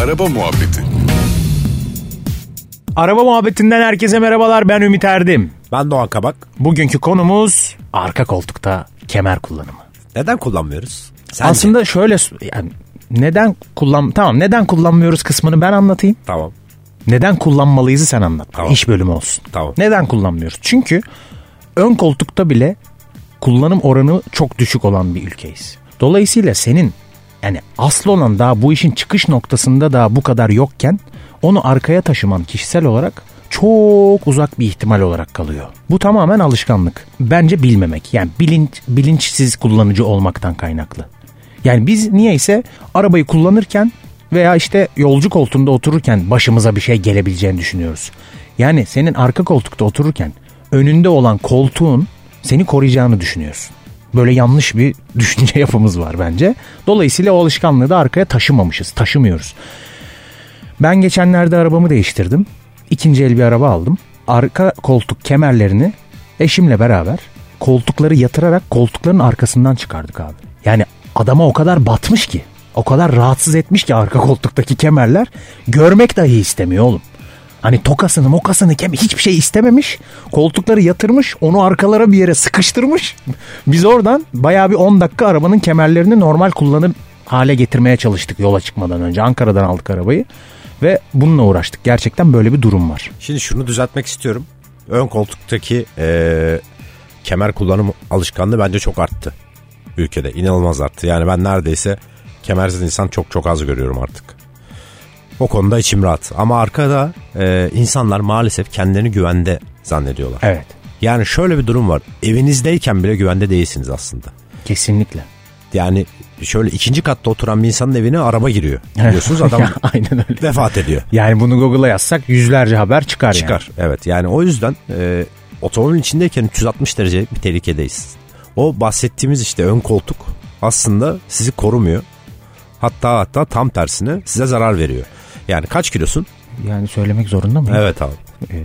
Araba Muhabbeti. Araba Muhabbetinden herkese merhabalar, ben Ümit Erdim. Ben Doğan Kabak. Bugünkü konumuz arka koltukta kemer kullanımı. Neden kullanmıyoruz? Sence? Aslında şöyle, yani neden kullanmıyoruz kısmını ben anlatayım. Tamam. Neden kullanmalıyızı sen anlat. Tamam. İş bölümü olsun. Tamam. Neden kullanmıyoruz? Çünkü ön koltukta bile kullanım oranı çok düşük olan bir ülkeyiz. Dolayısıyla senin yani asıl olan daha bu işin çıkış noktasında daha bu kadar yokken onu arkaya taşıman kişisel olarak çok uzak bir ihtimal olarak kalıyor. Bu tamamen alışkanlık. Bence bilmemek. Yani bilinçsiz kullanıcı olmaktan kaynaklı. Yani biz niyeyse arabayı kullanırken veya işte yolcu koltuğunda otururken başımıza bir şey gelebileceğini düşünüyoruz. Yani senin arka koltukta otururken önünde olan koltuğun seni koruyacağını düşünüyorsun. Böyle yanlış bir düşünce yapımız var bence. Dolayısıyla o alışkanlığı da arkaya taşımıyoruz. Ben geçenlerde arabamı değiştirdim. İkinci el bir araba aldım. Arka koltuk kemerlerini eşimle beraber koltukları yatırarak koltukların arkasından çıkardık abi. Yani adama o kadar batmış ki, o kadar rahatsız etmiş ki arka koltuktaki kemerler, görmek dahi istemiyor oğlum. Hani tokasını hiçbir şey istememiş. Koltukları yatırmış, onu arkalara bir yere sıkıştırmış. Biz oradan bayağı bir 10 dakika arabanın kemerlerini normal kullanır hale getirmeye çalıştık yola çıkmadan önce. Ankara'dan aldık arabayı ve bununla uğraştık. Gerçekten böyle bir durum var. Şimdi şunu düzeltmek istiyorum. Ön koltuktaki kemer kullanım alışkanlığı bence çok arttı ülkede. İnanılmaz arttı. Yani ben neredeyse kemersiz insan çok az görüyorum artık. O konuda içim rahat. Ama arkada insanlar maalesef kendilerini güvende zannediyorlar. Evet. Yani şöyle bir durum var. Evinizdeyken bile güvende değilsiniz aslında. Kesinlikle. Yani şöyle ikinci katta oturan bir insanın evine araba giriyor. Biliyorsunuz adam aynen öyle. Vefat ediyor. Yani bunu Google'a yazsak yüzlerce haber çıkar. Çıkar. Evet, yani o yüzden otomobil içindeyken 360 derece bir tehlikedeyiz. O bahsettiğimiz işte ön koltuk aslında sizi korumuyor. Hatta tam tersine size zarar veriyor. Yani kaç kilosun? Yani söylemek zorunda mıyım? Evet abi.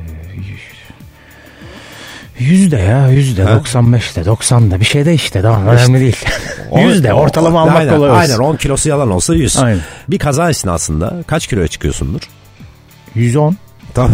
%, 95'te, 90'da bir şey de işte daha önemli değil. %, ortalama almak aynen, kolay. Aynen, 10 kilosu yalan olsa 100. Aynen. Bir kaza esnasında kaç kiloya çıkıyorsundur? 110. Tamam.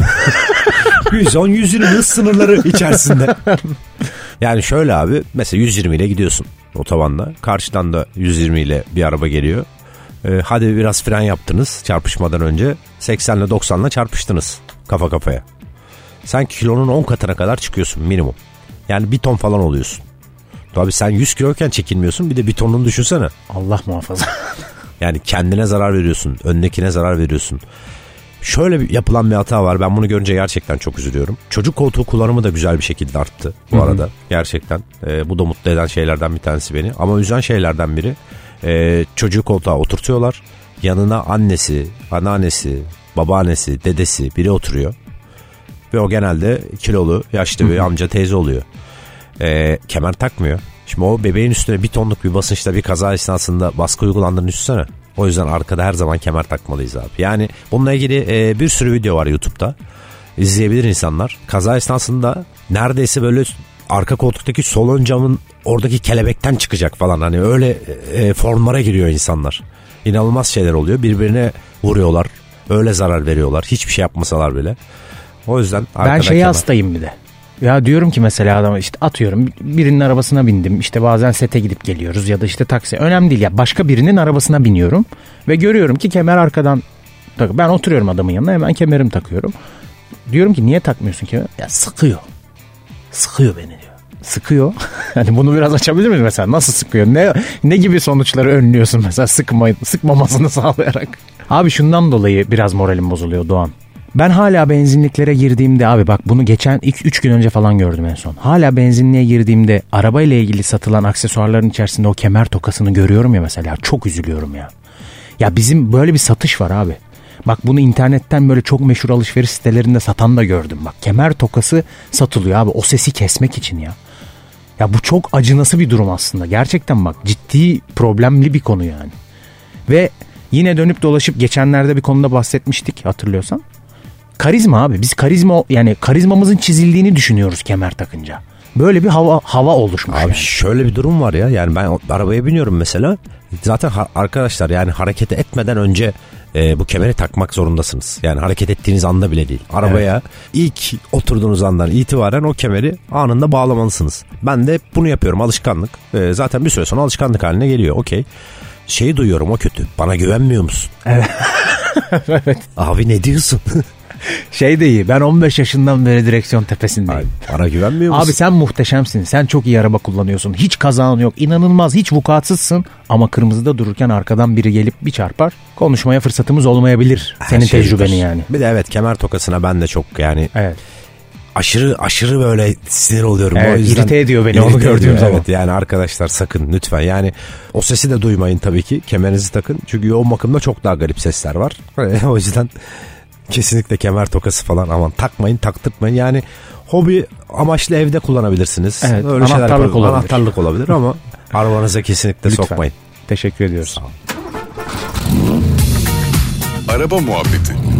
110-120 hız sınırları içerisinde. Yani şöyle abi, mesela 120 ile gidiyorsun otobanda. Karşıdan da 120 ile bir araba geliyor. Hadi biraz fren yaptınız çarpışmadan önce. 80 ile 90 ile çarpıştınız kafa kafaya. Sen kilonun 10 katına kadar çıkıyorsun minimum. Yani 1 ton falan oluyorsun. Tabii sen 100 kiloyken çekilmiyorsun, bir de 1 tonunu düşünsene. Allah muhafaza. Yani kendine zarar veriyorsun, önündekine zarar veriyorsun. Şöyle yapılan bir hata var, ben bunu görünce gerçekten çok üzülüyorum. Çocuk koltuğu kullanımı da güzel bir şekilde arttı bu arada. Gerçekten bu da mutlu eden şeylerden bir tanesi beni. Ama üzen şeylerden biri, çocuğu koltuğa oturtuyorlar. Yanına annesi, anneannesi, babaannesi, dedesi biri oturuyor. Ve o genelde kilolu, yaşlı bir amca, teyze oluyor. Kemer takmıyor. Şimdi o bebeğin üstüne 1 tonluk bir basınçta bir kaza esnasında baskı uygulandığını düşünsene. O yüzden arkada her zaman kemer takmalıyız abi. Yani bununla ilgili bir sürü video var YouTube'da. İzleyebilir insanlar. Kaza esnasında neredeyse böyle arka koltuktaki sol ön camın oradaki kelebekten çıkacak falan. Hani öyle formlara giriyor insanlar. İnanılmaz şeyler oluyor. Birbirine vuruyorlar. Öyle zarar veriyorlar. Hiçbir şey yapmasalar bile. O yüzden ben şeye hastayım bir de. Ya diyorum ki mesela adama, işte atıyorum birinin arabasına bindim, işte bazen sete gidip geliyoruz ya da işte taksi, önemli değil ya, başka birinin arabasına biniyorum ve görüyorum ki kemer arkadan takıyor. Ben oturuyorum adamın yanına, hemen kemerimi takıyorum. Diyorum ki niye takmıyorsun kemer? Ya sıkıyor beni diyor. Sıkıyor. Hani bunu biraz açabilir miyiz mesela? Nasıl sıkıyor? Ne gibi sonuçları önlüyorsun mesela sıkmamasını sağlayarak? Abi şundan dolayı biraz moralim bozuluyor Doğan. Ben hala benzinliklere girdiğimde, abi bak bunu geçen 3 gün önce falan gördüm en son. Hala benzinliğe girdiğimde arabayla ilgili satılan aksesuarların içerisinde o kemer tokasını görüyorum ya mesela, çok üzülüyorum ya. Ya bizim böyle bir satış var abi. Bak bunu internetten böyle çok meşhur alışveriş sitelerinde satan da gördüm. Bak kemer tokası satılıyor abi, o sesi kesmek için ya. Ya bu çok acınası bir durum aslında. Gerçekten bak ciddi problemli bir konu yani. Ve yine dönüp dolaşıp geçenlerde bir konuda bahsetmiştik hatırlıyorsan. Karizma abi, biz karizmamızın çizildiğini düşünüyoruz kemer takınca. Böyle bir hava oluşmuş. Abi yani. şöyle bir durum var ya. Yani ben arabaya biniyorum mesela. Zaten arkadaşlar yani hareket etmeden önce bu kemeri takmak zorundasınız. Yani hareket ettiğiniz anda bile değil. Arabaya ilk oturduğunuz andan itibaren o kemeri anında bağlamalısınız. Ben de bunu yapıyorum, alışkanlık. Zaten bir süre sonra alışkanlık haline geliyor. Okey. Şeyi duyuyorum, o kötü. Bana güvenmiyor musun? Evet. Evet. Abi ne diyorsun? Şey de iyi. Ben 15 yaşından beri direksiyon tepesindeyim. Abi, bana güvenmiyor musun? Abi sen muhteşemsin. Sen çok iyi araba kullanıyorsun. Hiç kazan yok. İnanılmaz. Hiç vukuatsızsın. Ama kırmızıda dururken arkadan biri gelip bir çarpar. Konuşmaya fırsatımız olmayabilir. Senin tecrübeni yani. Bir de evet, kemer tokasına ben de çok yani... Evet. Aşırı böyle sinir oluyorum. Evet, o yüzden irite ediyor beni onu gördüğüm zaman. Evet, yani arkadaşlar sakın lütfen, yani o sesi de duymayın tabii ki. Kemerinizi takın. Çünkü yoğun bakımda çok daha garip sesler var. O yüzden kesinlikle kemer tokası falan aman takmayın, taktırtmayın. Yani hobi amaçlı evde kullanabilirsiniz. Evet, öyle şeyler olabilir. Anahtarlık olabilir ama arabanıza kesinlikle lütfen sokmayın. Teşekkür ediyoruz. Araba Muhabbeti